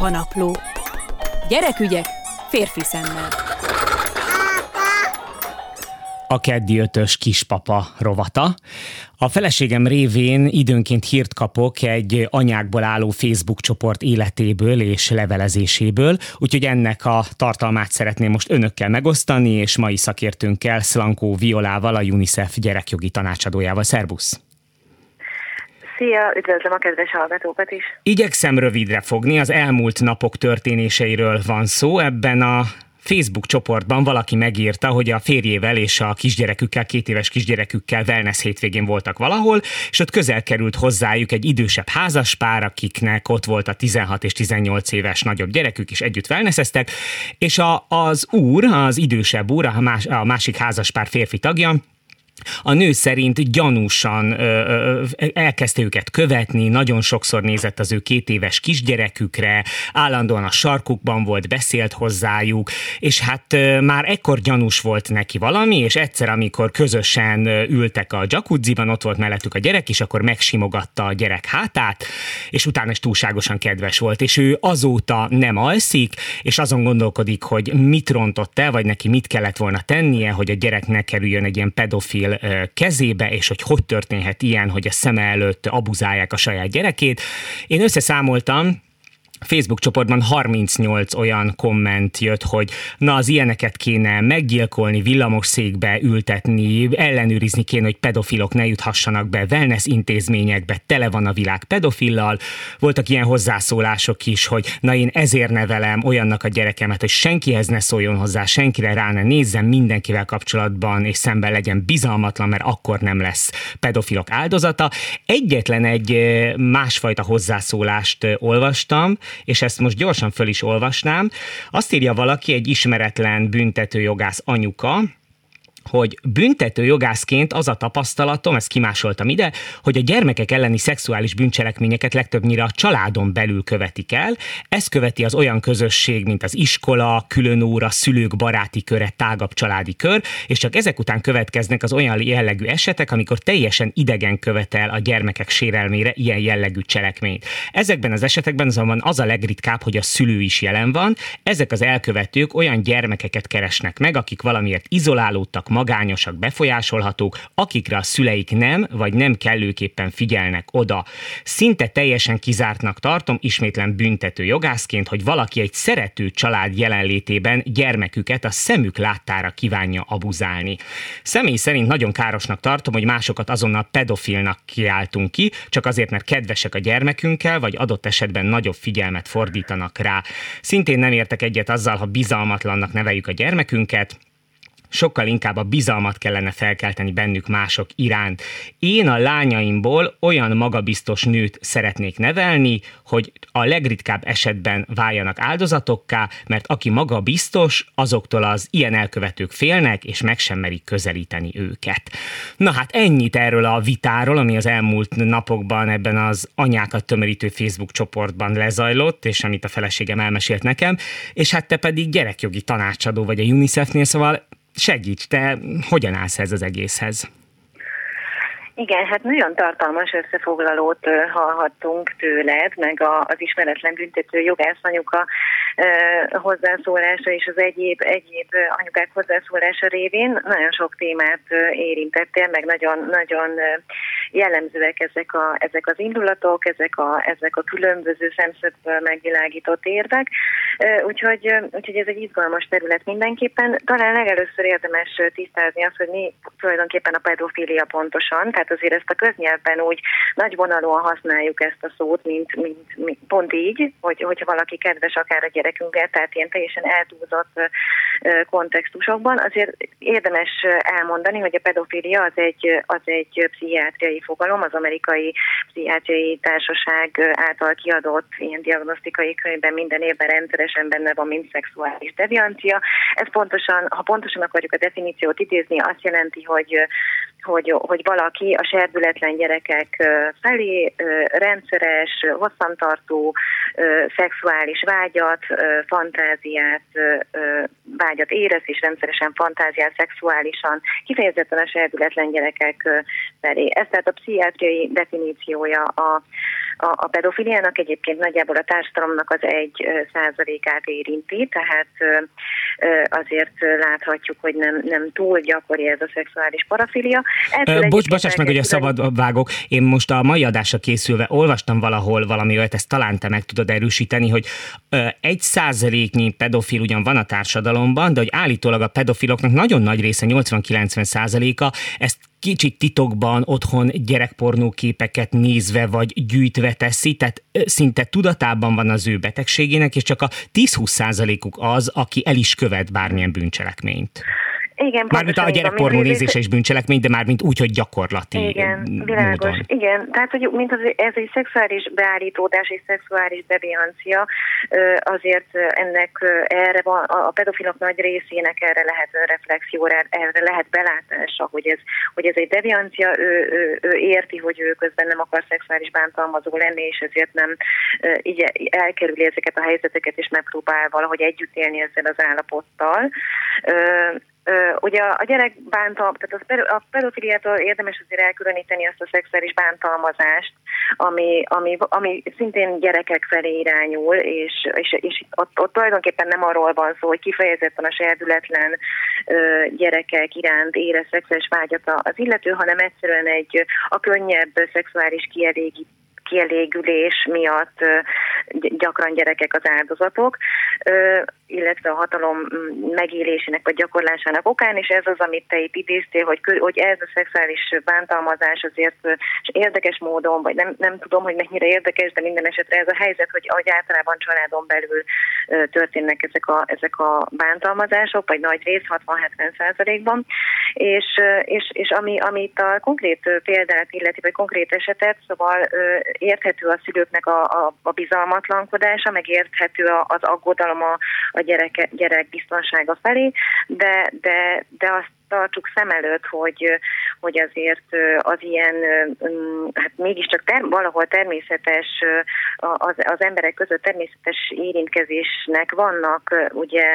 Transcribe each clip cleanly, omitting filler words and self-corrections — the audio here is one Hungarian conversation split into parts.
Apanapló. Gyerekügyek férfi szemmel. A keddi ötös kispapa rovata. A feleségem révén időnként hírt kapok egy anyákból álló Facebook csoport életéből és levelezéséből, úgyhogy ennek a tartalmát szeretném most önökkel megosztani, és mai szakértőnkkel, Szlankó Violával, a UNICEF gyerekjogi tanácsadójával. Szerbusz! Szia, üdvözlöm a kedves hallgatókat is! Igyekszem rövidre fogni, az elmúlt napok történéseiről van szó. Ebben a Facebook csoportban valaki megírta, hogy a férjével és a kisgyerekükkel, 2 éves kisgyerekükkel wellness hétvégén voltak valahol, és ott közel került hozzájuk egy idősebb házaspár, akiknek ott volt a 16 és 18 éves nagyobb gyerekük, és együtt wellnesseztek, és az úr, az idősebb úr, a másik házaspár férfi tagja, a nő szerint gyanúsan elkezdte őket követni, nagyon sokszor nézett az ő 2 éves kisgyerekükre, állandóan a sarkukban volt, beszélt hozzájuk, és hát már ekkor gyanús volt neki valami, és egyszer, amikor közösen ültek a jacuzziban, ott volt mellettük a gyerek, és akkor megsimogatta a gyerek hátát, és utána is túlságosan kedves volt, és ő azóta nem alszik, és azon gondolkodik, hogy mit rontott el, vagy neki mit kellett volna tennie, hogy a gyerek ne kerüljön egy ilyen pedofil kezébe, és hogy történhet ilyen, hogy a szeme előtt abuzálják a saját gyerekét. Én összeszámoltam, Facebook csoportban 38 olyan komment jött, hogy na, az ilyeneket kéne meggyilkolni, villamosszékbe ültetni, ellenőrizni kéne, hogy pedofilok ne juthassanak be wellness intézményekbe, tele van a világ pedofillal. Voltak ilyen hozzászólások is, hogy na, én ezért nevelem olyannak a gyerekemet, hogy senkihez ne szóljon hozzá, senkire rá ne nézzen, mindenkivel kapcsolatban és szemben legyen bizalmatlan, mert akkor nem lesz pedofilok áldozata. Egyetlen egy másfajta hozzászólást olvastam, és ezt most gyorsan föl is olvasnám. Azt írja valaki, egy ismeretlen büntetőjogász anyuka, hogy büntetőjogászként az a tapasztalatom, ezt kimásoltam ide, hogy a gyermekek elleni szexuális bűncselekményeket legtöbbnyire a családon belül követik el. Ez követi az olyan közösség, mint az iskola, különóra, szülők baráti köre, tágabb családi kör, és csak ezek után következnek az olyan jellegű esetek, amikor teljesen idegen követel a gyermekek sérelmére ilyen jellegű cselekményt. Ezekben az esetekben azonban az a legritkább, hogy a szülő is jelen van. Ezek az elkövetők olyan gyermekeket keresnek meg, akik valamiért izolálódtak, magányosak, befolyásolhatók, akikre a szüleik nem, vagy nem kellőképpen figyelnek oda. Szinte teljesen kizártnak tartom, ismétlen büntető jogászként, hogy valaki egy szerető család jelenlétében gyermeküket a szemük láttára kívánja abuzálni. Személy szerint nagyon károsnak tartom, hogy másokat azonnal pedofilnak kiáltunk ki, csak azért, mert kedvesek a gyermekünkkel, vagy adott esetben nagyobb figyelmet fordítanak rá. Szintén nem értek egyet azzal, ha bizalmatlannak neveljük a gyermekünket, sokkal inkább a bizalmat kellene felkelteni bennük mások iránt. Én a lányaimból olyan magabiztos nőt szeretnék nevelni, hogy a legritkább esetben váljanak áldozatokká, mert aki magabiztos, azoktól az ilyen elkövetők félnek, és meg sem merik közelíteni őket. Na hát ennyit erről a vitáról, ami az elmúlt napokban ebben az anyákat tömörítő Facebook csoportban lezajlott, és amit a feleségem elmesélt nekem, és hát te pedig gyerekjogi tanácsadó vagy a UNICEF-nél, szóval segíts, te hogyan állsz ez az egészhez? Igen, hát nagyon tartalmas összefoglalót hallhattunk tőled, meg az ismeretlen büntető jogász anyuka hozzászólása és az egyéb anyukák hozzászólása révén. Nagyon sok témát érintettél, meg nagyon jellemzőek ezek az indulatok, ezek a különböző szemszögből megvilágított érvek. Úgyhogy ez egy izgalmas terület mindenképpen. Talán legelőször érdemes tisztázni azt, hogy mi tulajdonképpen a pedofília pontosan, tehát azért ezt a köznyelvben úgy nagyvonalúan használjuk ezt a szót, mint pont így, hogyha valaki kedves akár a gyerekünkkel, tehát ilyen teljesen eltúlzott kontextusokban. Azért érdemes elmondani, hogy a pedofília az egy pszichiátriai fogalom, az amerikai pszichiátriai társaság által kiadott ilyen diagnosztikai könyvben minden évben rendszeresen benne van, mint szexuális deviancia. Ez ha pontosan akarjuk a definíciót idézni, azt jelenti, hogy valaki a serdületlen gyerekek felé rendszeres, hosszantartó szexuális vágyat, vágyat érez, és rendszeresen fantáziál szexuálisan, kifejezetten a serdületlen gyerekek felé. Ez tehát a pszichiátriai definíciója a pedofiliának egyébként nagyjából a társadalomnak az 1%-át érinti, tehát azért láthatjuk, hogy nem túl gyakori ez a szexuális parafilia. Bocsáss meg, hogy a szabad vágok. Én most a mai adásra készülve olvastam valahol valami olyat, ezt talán te meg tudod erősíteni, hogy 1%-nyi pedofil ugyan van a társadalomban, de hogy állítólag a pedofiloknak nagyon nagy része, 80-90%-a ezt kicsit titokban otthon gyerekpornó képeket nézve vagy gyűjtve teszi, tehát szinte tudatában van az ő betegségének, és csak a 10-20%-uk az, aki el is követ bármilyen bűncselekményt. Igen, mármint a gyerekpornó nézése is bűncselekmény, de mármint úgy, hogy gyakorlati igen, világos. Módon. Igen, tehát hogy ez egy szexuális beállítódás és szexuális deviancia, azért ennek erre van, a pedofilok nagy részének erre lehet reflexióra, erre lehet belátása, hogy ez egy deviancia, ő érti, hogy ő közben nem akar szexuális bántalmazó lenni, és ezért nem elkerüli ezeket a helyzeteket, és megpróbál valahogy együtt élni ezzel az állapottal. Ugye a gyerekbántalmazás, tehát a pedofiliától érdemes azért elkülöníteni azt a szexuális bántalmazást, ami szintén gyerekek felé irányul, és ott tulajdonképpen nem arról van szó, hogy kifejezetten a serdületlen gyerekek iránt érez szexuális vágyat az illető, hanem egyszerűen a könnyebb szexuális kielégülés miatt gyakran gyerekek az áldozatok, illetve a hatalom megélésének vagy gyakorlásának okán, és ez az, amit te itt idéztél, hogy ez a szexuális bántalmazás azért érdekes módon, vagy nem tudom, hogy mennyire érdekes, de minden esetre ez a helyzet, hogy általában családon belül történnek ezek a bántalmazások, vagy nagy rész, 60-70%-ban, és amit a konkrét példát illeti, vagy konkrét esetet, szóval érthető a szülőknek a bizalmatlankodása, meg érthető az aggodalom a gyerek biztonsága felé, de azt tartsuk szem előtt, hogy azért az ilyen, hát mégiscsak valahol természetes, az emberek között természetes érintkezésnek vannak, ugye,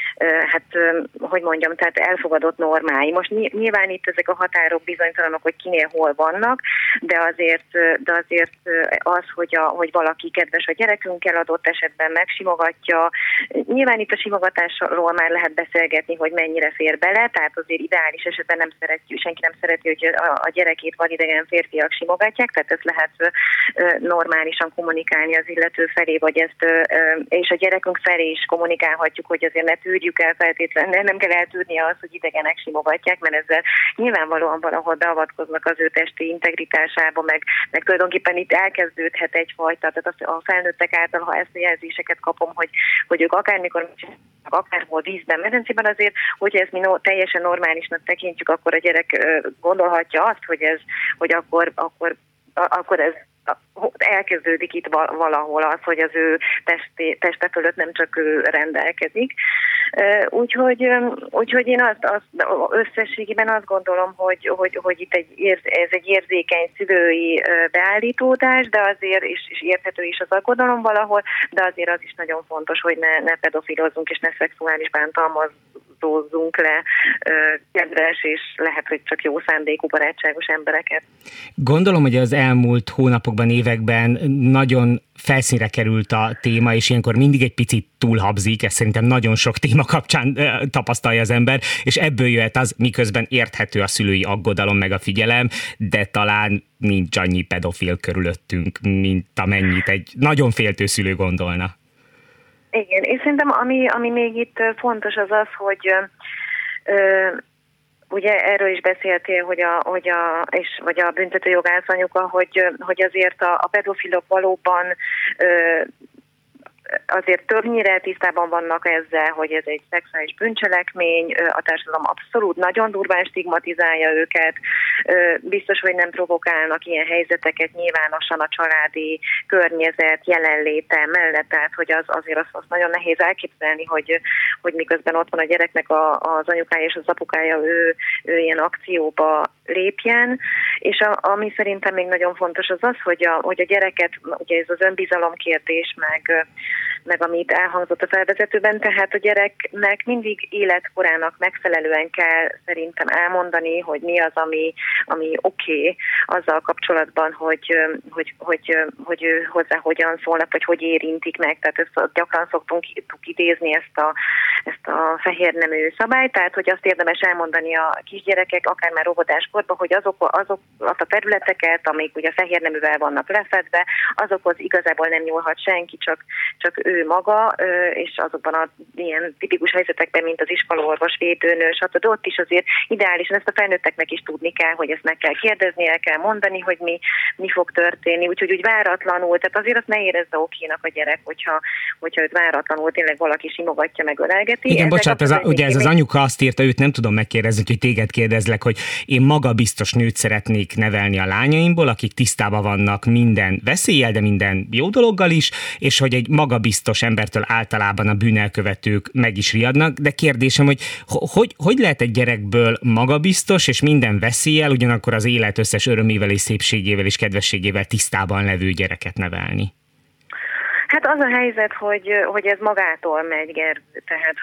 hogy mondjam, tehát elfogadott normái. Most nyilván itt ezek a határok bizonytalanok, hogy kinél hol vannak, de azért az, hogy valaki kedves a gyerekünkkel, adott esetben megsimogatja. Nyilván itt a simogatásról már lehet beszélgetni, hogy mennyire fér bele, tehát azért ideális esetben senki nem szereti, hogy a gyerekét vadidegen férfiak simogatják, tehát ezt lehet normálisan kommunikálni az illető felé, vagy és a gyerekünk felé is kommunikálhatjuk, hogy azért ne tűrjük el feltétlenül, nem kell eltűrnie azt, hogy idegenek simogatják, mert ezzel nyilvánvalóan valahol beavatkoznak az ő testi integritásába, meg tulajdonképpen itt elkezdődhet egyfajta, tehát a felnőttek által, ha ezt a jelzéseket kapom, hogy ők akármikor akárhol vízben, medencében, azért, hogyha ezt mi teljesen normálisnak tekintjük, akkor a gyerek gondolhatja azt, hogy akkor ez elkezdődik itt valahol az, hogy az ő teste fölött nem csak ő rendelkezik. Úgyhogy én összességében azt gondolom, hogy itt ez egy érzékeny szülői beállítódás, de azért és érthető is az aggodalom valahol, de azért az is nagyon fontos, hogy ne pedofilozzunk és ne szexuális bántalmazzunk le kedves és lehet, hogy csak jó szándékú barátságos embereket. Gondolom, hogy az elmúlt hónapokban, években nagyon felszínre került a téma, és ilyenkor mindig egy picit túlhabzik, ezt szerintem nagyon sok téma kapcsán tapasztalja az ember, és ebből jöhet az, miközben érthető a szülői aggodalom meg a figyelem, de talán nincs annyi pedofil körülöttünk, mint amennyit egy nagyon féltő szülő gondolna. Igen, és szerintem ami még itt fontos az, hogy ugye erről is beszéltél, vagy a büntetőjogász anyuka, hogy azért a pedofilok valóban azért többnyire tisztában vannak ezzel, hogy ez egy szexuális bűncselekmény, a társadalom abszolút nagyon durván stigmatizálja őket, biztos, hogy nem provokálnak ilyen helyzeteket nyilvánosan a családi környezet jelenléte mellett, tehát hogy azért azt nagyon nehéz elképzelni, hogy miközben ott van a gyereknek az anyukája és az apukája, ő ilyen akcióba lépjen, és ami szerintem még nagyon fontos az, hogy a gyereket, ugye ez az önbizalom kérdés, amit elhangzott a felvezetőben, tehát a gyereknek mindig életkorának megfelelően kell szerintem elmondani, hogy mi az, ami oké azzal kapcsolatban, hogy ő hozzá hogyan szólnak, vagy hogy érintik meg. Tehát ezt gyakran szoktunk idézni ezt a fehérnemű szabályt, tehát hogy azt érdemes elmondani a kisgyerekek, akár már óvodáskorban, hogy azokat a területeket, amik ugye fehérneművel vannak lefedve, azokhoz igazából nem nyúlhat senki, csak ő maga, és azokban a ilyen tipikus helyzetekben, mint az iskolaorvos, védőnő, stb. Ott is azért ideálisan ezt a felnőtteknek is tudni kell, hogy ezt meg kell kérdezni, el kell mondani, hogy mi fog történni, úgyhogy úgy váratlanul, tehát azért azt ne érezze okénak a gyerek, hogyha őt váratlanul tényleg valaki simogatja, meg ölelgeti. Igen, bocsánat, ugye ez az anyuka azt írta, őt nem tudom megkérdezni, hogy téged kérdezlek, hogy én magabiztos nőt szeretnék nevelni a lányaimból, akik tisztában vannak minden veszéllyel, de minden jó dologgal is, és hogy egy magabiztos embertől általában a bűnelkövetők meg is riadnak, de kérdésem, hogy lehet egy gyerekből magabiztos, és minden veszéllyel, ugyanakkor az élet összes örömével és szépségével és kedvességével tisztában levő gyereket nevelni? Hát az a helyzet, hogy ez magától megy, Gergő. Tehát,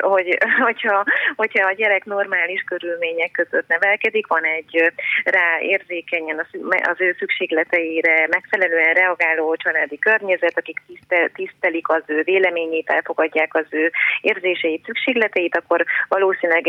hogyha a gyerek normális körülmények között nevelkedik, van egy rá érzékenyen az ő szükségleteire megfelelően reagáló családi környezet, akik tisztelik az ő véleményét, elfogadják az ő érzéseit, szükségleteit, akkor valószínűleg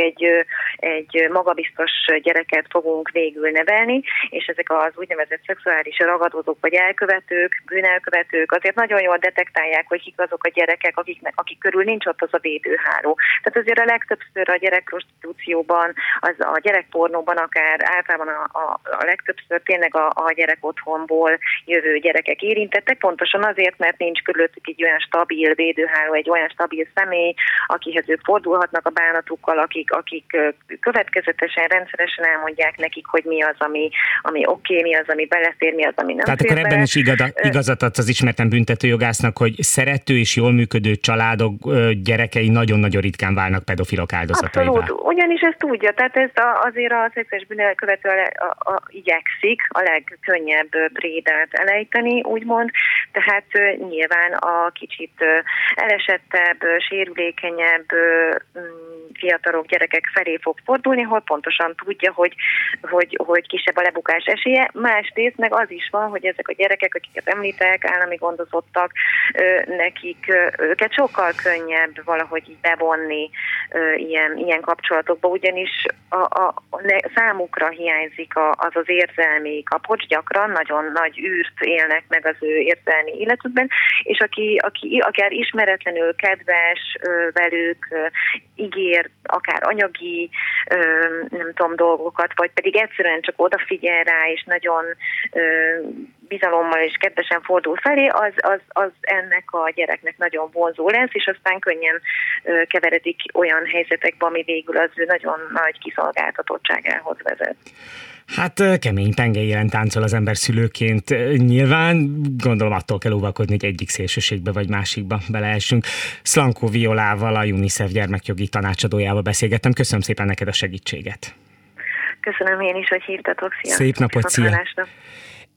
egy magabiztos gyereket fogunk végül nevelni, és ezek az úgynevezett szexuális ragadozók vagy elkövetők, bűnelkövetők azért nagyon jól detektálják, hogy kik azok a gyerekek, akik körül nincs ott az a védőháló. Tehát azért a legtöbbször a gyerekprostitúcióban, a gyerekpornóban akár általában a legtöbbször tényleg a gyerek otthonból jövő gyerekek érintettek, pontosan azért, mert nincs körülöttük egy olyan stabil védőháló, egy olyan stabil személy, akihez ők fordulhatnak a bánatukkal, akik következetesen, rendszeresen elmondják nekik, hogy mi az, ami oké, mi az, ami belefér, mi az, ami nem tehát fér akkor bele. ebben is igazat adsz az ismerten büntetőjogásznak, hogy szerető és jól működő családok gyerekei nagyon-nagyon ritkán válnak pedofilok áldozataival. Abszolút, ugyanis ezt tudja, tehát ez azért a szexuális bűnelkövető igyekszik a legkönnyebb prédát elejteni, úgymond, tehát nyilván a kicsit elesettebb, sérülékenyebb fiatalok, gyerekek felé fog fordulni, hol pontosan tudja, hogy kisebb a lebukás esélye. Másrészt meg az is van, hogy ezek a gyerekek, akiket említek, állami gondozottak, nekik őket sokkal könnyebb valahogy így bevonni ilyen kapcsolatokba, ugyanis számukra hiányzik az érzelmi kapocs, gyakran nagyon nagy űrt élnek meg az ő érzelmi életükben, és aki akár ismeretlenül kedves velük, ígér akár anyagi, nem tudom, dolgokat, vagy pedig egyszerűen csak odafigyel rá, és nagyon bizalommal és kedvesen fordul felé, az ennek a gyereknek nagyon vonzó lesz, és aztán könnyen keveredik olyan helyzetekbe, ami végül az ő nagyon nagy kiszolgáltatottságához vezet. Hát kemény pengejélen táncol az ember szülőként. Nyilván gondolom attól kell óvakodni, hogy egyik szélsőségbe vagy másikba beleessünk. Szlankó Violával, a UNICEF gyermekjogi tanácsadójával beszélgettem. Köszönöm szépen neked a segítséget. Köszönöm én is, hogy hívtatok. Szia. Szép napot, szia.